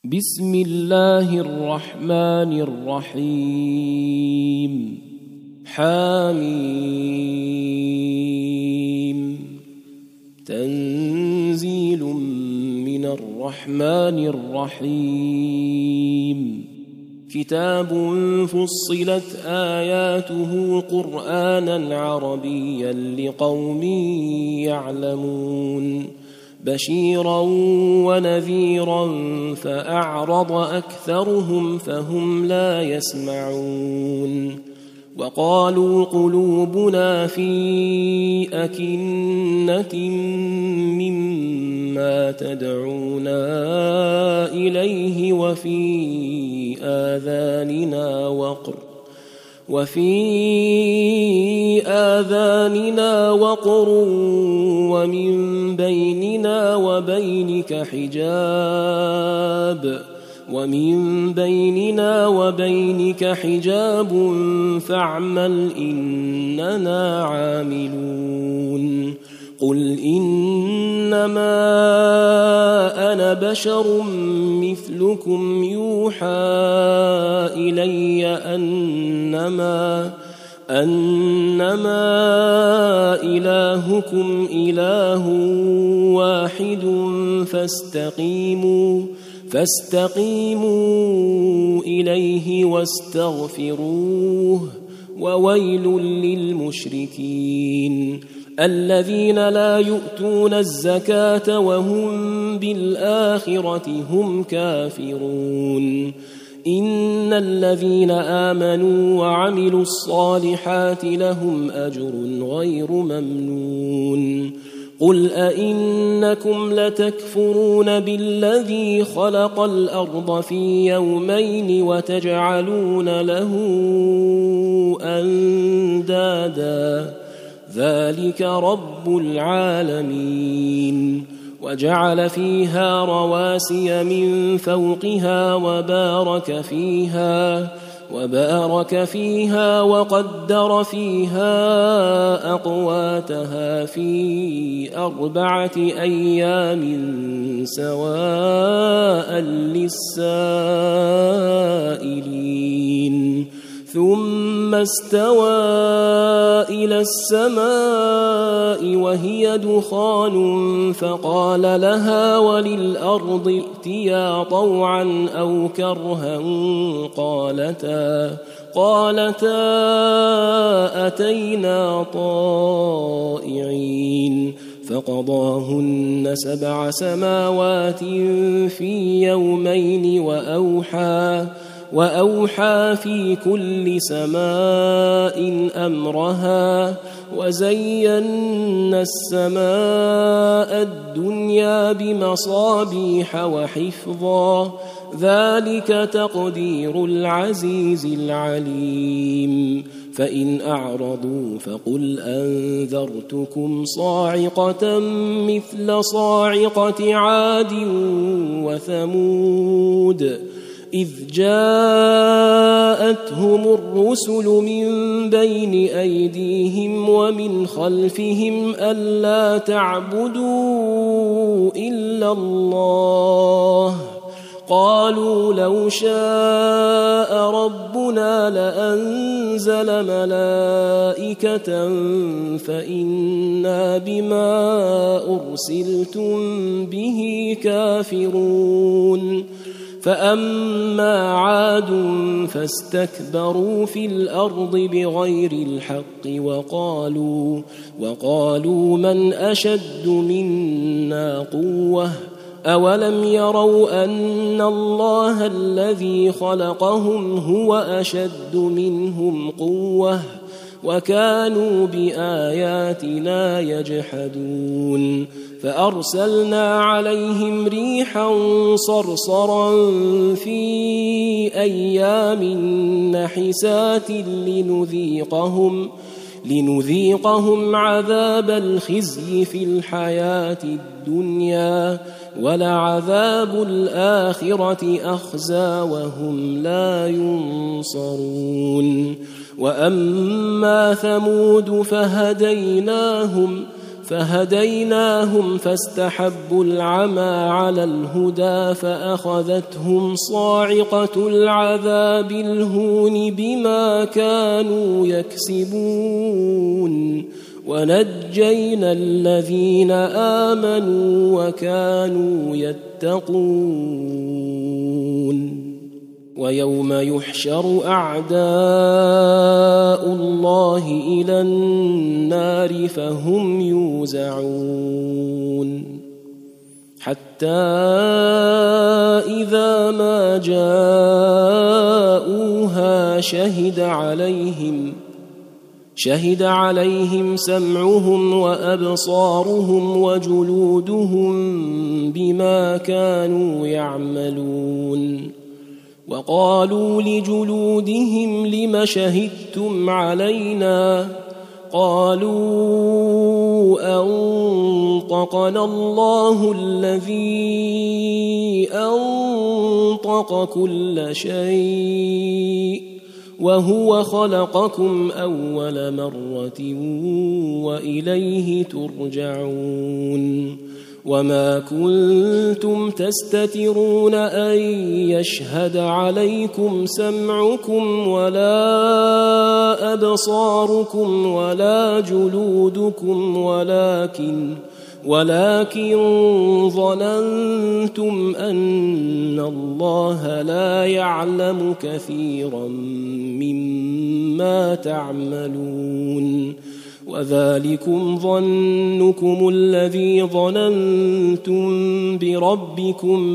بسم الله الرحمن الرحيم حميم تنزيل من الرحمن الرحيم كتاب فصلت آياته قرآنا عربيا لقوم يعلمون بشيرا ونذيرا فأعرض أكثرهم فهم لا يسمعون وقالوا قلوبنا في أكنة مما تدعونا إليه وفي آذاننا وقر ومن بيننا وبينك حجاب فاعمل إننا عاملون قل إنما أنا بشر مثلكم يوحى إلي أنما إلهكم إله واحد فاستقيموا إليه واستغفروه وويل للمشركين الذين لا يؤتون الزكاة وهم بالآخرة هم كافرون إن الذين آمنوا وعملوا الصالحات لهم أجر غير ممنون قل أئنكم لتكفرون بالذي خلق الأرض في يومين وتجعلون له أندادا ذلك رب العالمين وجعل فيها رواسي من فوقها وبارك فيها وقدر فيها أقواتها في 4 أيام سواء للسائلين ثم استوى إلى السماء وهي دخان فقال لها وللأرض ائتيا طوعا أو كرها قالتا أتينا طائعين فقضاهن 7 سماوات في يومين وأوحى في كل سماء أمرها وزينا السماء الدنيا بمصابيح وحفظا ذلك تقدير العزيز العليم فإن أعرضوا فقل أنذرتكم صاعقة مثل صاعقة عاد وثمود إذ جاءتهم الرسل من بين أيديهم ومن خلفهم ألا تعبدوا إلا الله قالوا لو شاء ربنا لأنزل ملائكة فإنا بما أرسلتم به كافرون فأما عاد فاستكبروا في الأرض بغير الحق وقالوا من أشد منا قوة أولم يروا أن الله الذي خلقهم هو أشد منهم قوة وكانوا بآياتنا يجحدون فأرسلنا عليهم ريحا صرصرا في أيام نحسات لنذيقهم عذاب الخزي في الحياة الدنيا ولعذاب الآخرة أخزى وهم لا ينصرون وأما ثمود فهديناهم فاستحبوا العمى على الهدى فأخذتهم صاعقة العذاب الهون بما كانوا يكسبون ونجينا الذين آمنوا وكانوا يتقون ويوم يحشر أعداء الله إلى النار فهم يوزعون حتى إذا ما جاءوها شهد عليهم سمعهم وأبصارهم وجلودهم بما كانوا يعملون وقالوا لجلودهم لم شهدتم علينا قالوا أنطقنا الله الذي أنطق كل شيء وهو خلقكم أول مرة وإليه ترجعون وما كنتم تستترون أن يشهد عليكم سمعكم ولا أبصاركم ولا جلودكم ولكن ظننتم أن الله لا يعلم كثيرا مما تعملون وذلكم ظنكم الذي ظننتم بربكم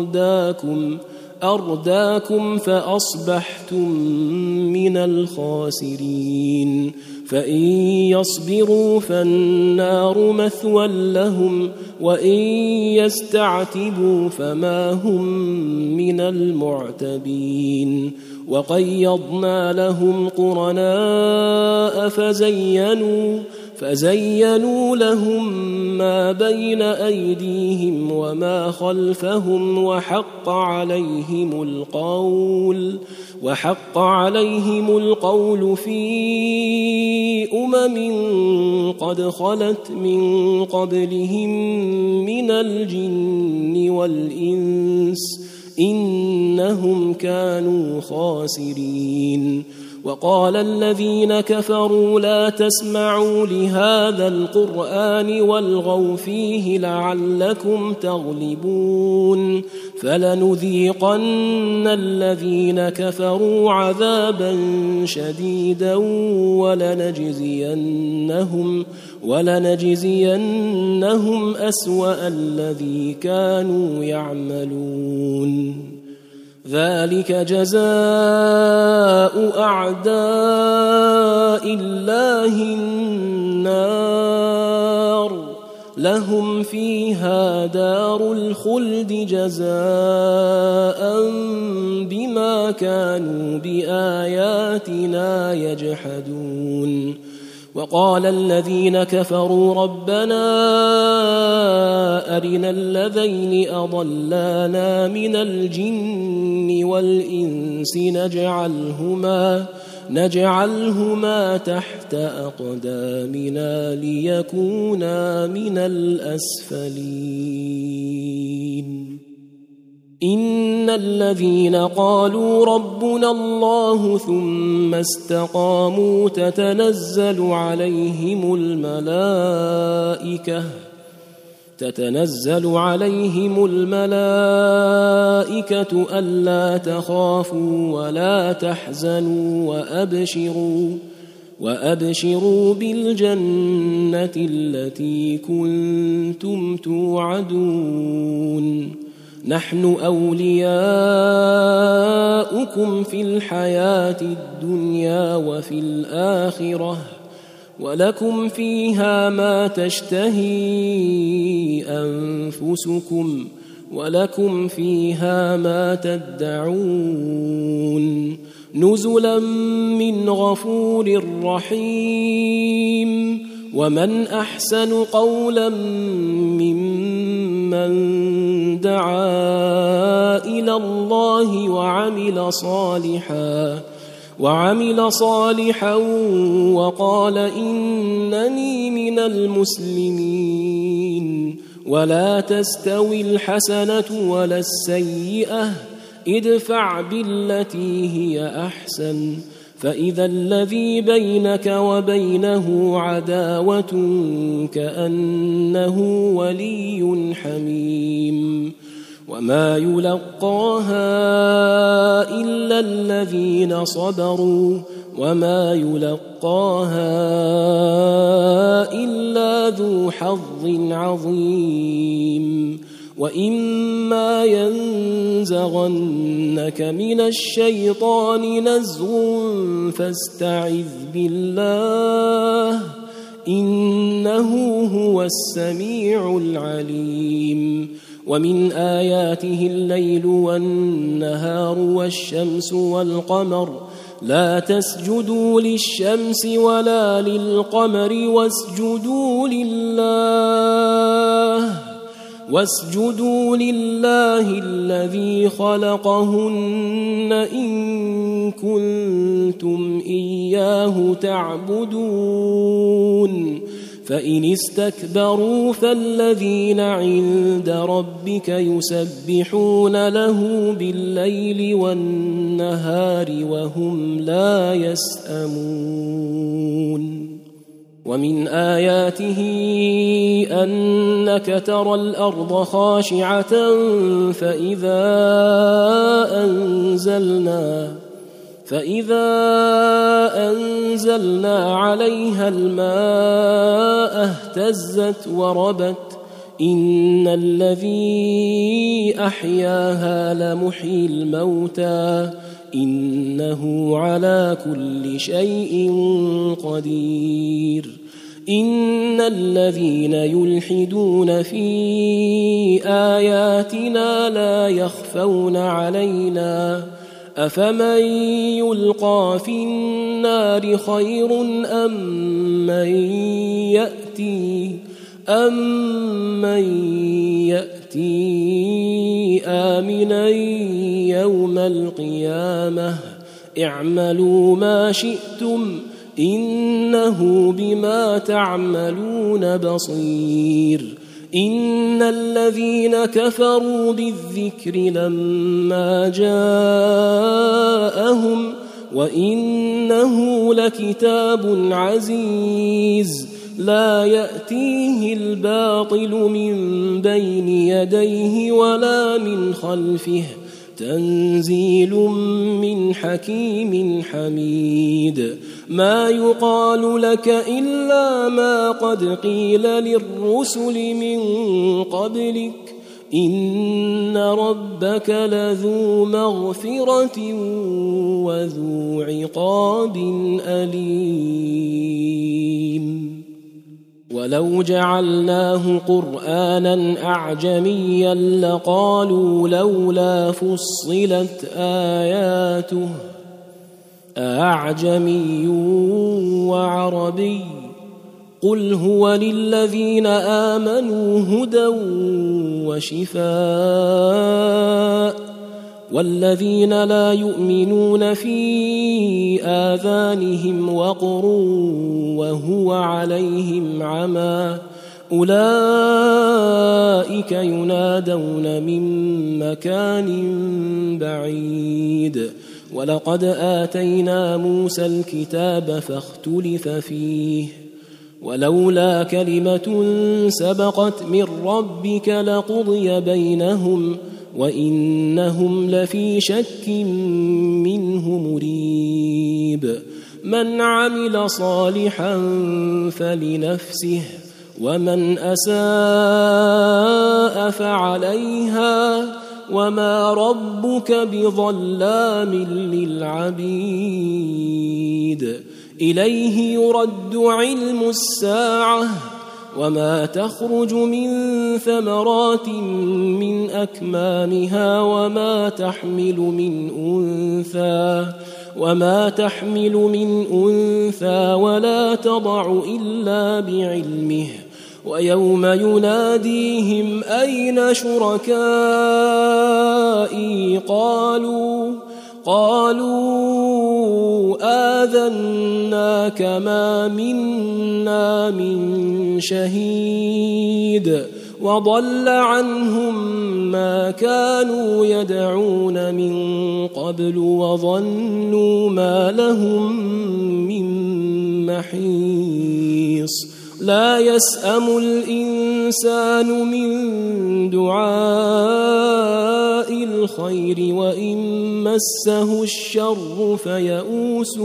أرداكم فأصبحتم من الخاسرين فإن يصبروا فالنار مثوى لهم وإن يستعتبوا فما هم من المعتبين وقيضنا لهم قرناء فزينوا لهم ما بين أيديهم وما خلفهم وحق عليهم القول في قد خلت من قبلهم من الجن والإنس إنهم كانوا خاسرين وقال الذين كفروا لا تسمعوا لهذا القرآن والغوا فيه لعلكم تغلبون فلنذيقن الذين كفروا عذابا شديدا ولنجزينهم أسوأ الذي كانوا يعملون ذلك جزاء أعداء الله النار لهم فيها دار الخلد جزاء بما كانوا بآياتنا يجحدون وقال الذين كفروا ربنا أرنا الذين أضلانا من الجن والإنس نجعلهما تحت أقدامنا ليكونا من الأسفلين إن الذين قالوا ربنا الله ثم استقاموا تتنزل عليهم الملائكة ألا تخافوا ولا تحزنوا وأبشروا بالجنة التي كنتم توعدون نحن أولياؤكم في الحياة الدنيا وفي الآخرة ولكم فيها ما تشتهي أنفسكم ولكم فيها ما تدعون نزلا من غفور رحيم ومن أحسن قولا ممن دعا إلى الله وعمل صالحا وقال إنني من المسلمين. ولا تستوي الحسنة ولا السيئة، ادفع بالتي هي أحسن، فإذا الذي بينك وبينه عداوة كأنه ولي حميم. وما يلقاها إلا الذين صبروا وما يلقاها إلا ذو حظ عظيم. وإما ينزغنك من الشيطان نزغ فاستعذ بالله إنه هو السميع العليم. ومن آياته الليل والنهار والشمس والقمر، لا تسجدوا للشمس ولا للقمر واسجدوا لله الذي خلقهن إن كنتم إياه تعبدون. فإن استكبروا فالذين عند ربك يسبحون له بالليل والنهار وهم لا يسأمون. ومن آياته أنك ترى الأرض خاشعة فإذا أنزلنا عليها الماء اهتزت وربت. إن الذي أحياها لمحيي الموتى إنه على كل شيء قدير. إن الذين يلحدون في آياتنا لا يخفون علينا أفمن يلقى في النار خير أم من يأتي آمنا يوم القيامة اعملوا ما شئتم إنه بما تعملون بصير. إن الذين كفروا بالذكر لما جاءهم وإنه لكتاب عزيز لا يأتيه الباطل من بين يديه ولا من خلفه تنزيل من حكيم حميد. ما يقال لك إلا ما قد قيل للرسل من قبلك إن ربك لذو مغفرة وذو عقاب أليم. ولو جعلناه قرآنا أعجميا لقالوا لولا فصلت آياته أعجمي وعربي قل هو للذين آمنوا هدى وشفاء والذين لا يؤمنون في آذانهم وقر وهو عليهم عمى أولئك ينادون من مكان بعيد. ولقد آتينا موسى الكتاب فاختلف فيه ولولا كلمة سبقت من ربك لقضي بينهم وإنهم لفي شك منه مريب. من عمل صالحا فلنفسه ومن أساء فعليها وما ربك بظلام للعبيد. إليه يرد علم الساعة وما تخرج من ثمرات من أكمامها وما تحمل من أنثى ولا تضع إلا بعلمه. ويوم يناديهم أين شركائي قالوا آذناك ما منا من شهيد وضل عنهم ما كانوا يدعون من قبل وظنوا ما لهم من محيص لا يسأم الإنسان من دعاء الخير وإن مسه الشر فيئوس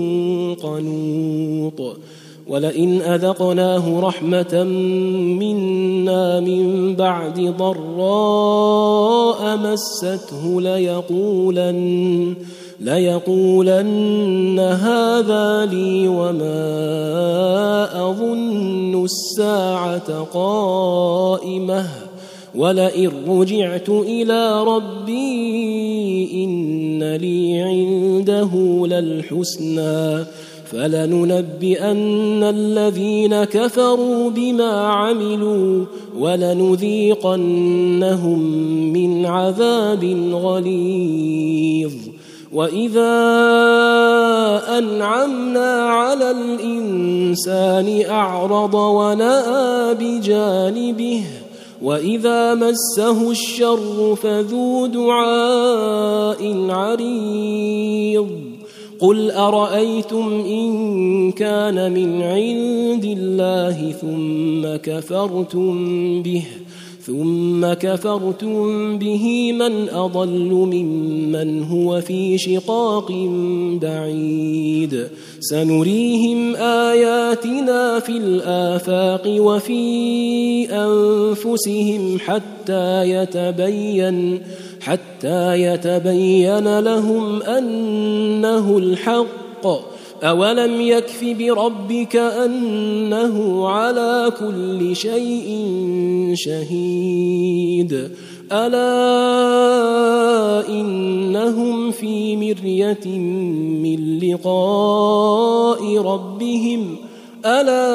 قنوط ولئن أذقناه رحمة منا من بعد ضراء مسته ليقولن هذا لي وما أظن الساعة قائمة ولئن رجعت إلى ربي إن لي عنده للحسنى فلننبئن الذين كفروا بما عملوا ولنذيقنهم من عذاب غليظ وإذا أنعمنا على الإنسان أعرض ونأى بجانبه وإذا مسه الشر فذو دعاء عريض قل أرأيتم إن كان من عند الله ثم كفرتم به من أضل ممن هو في شقاق بعيد سنريهم آياتنا في الآفاق وفي أنفسهم حتى يتبين لهم أنه الحق أولم يكف بربك أنه على كل شيء شهيد ألا إنهم في مرية من لقاء ربهم ألا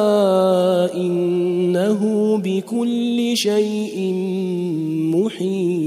إنه بكل شيء محيط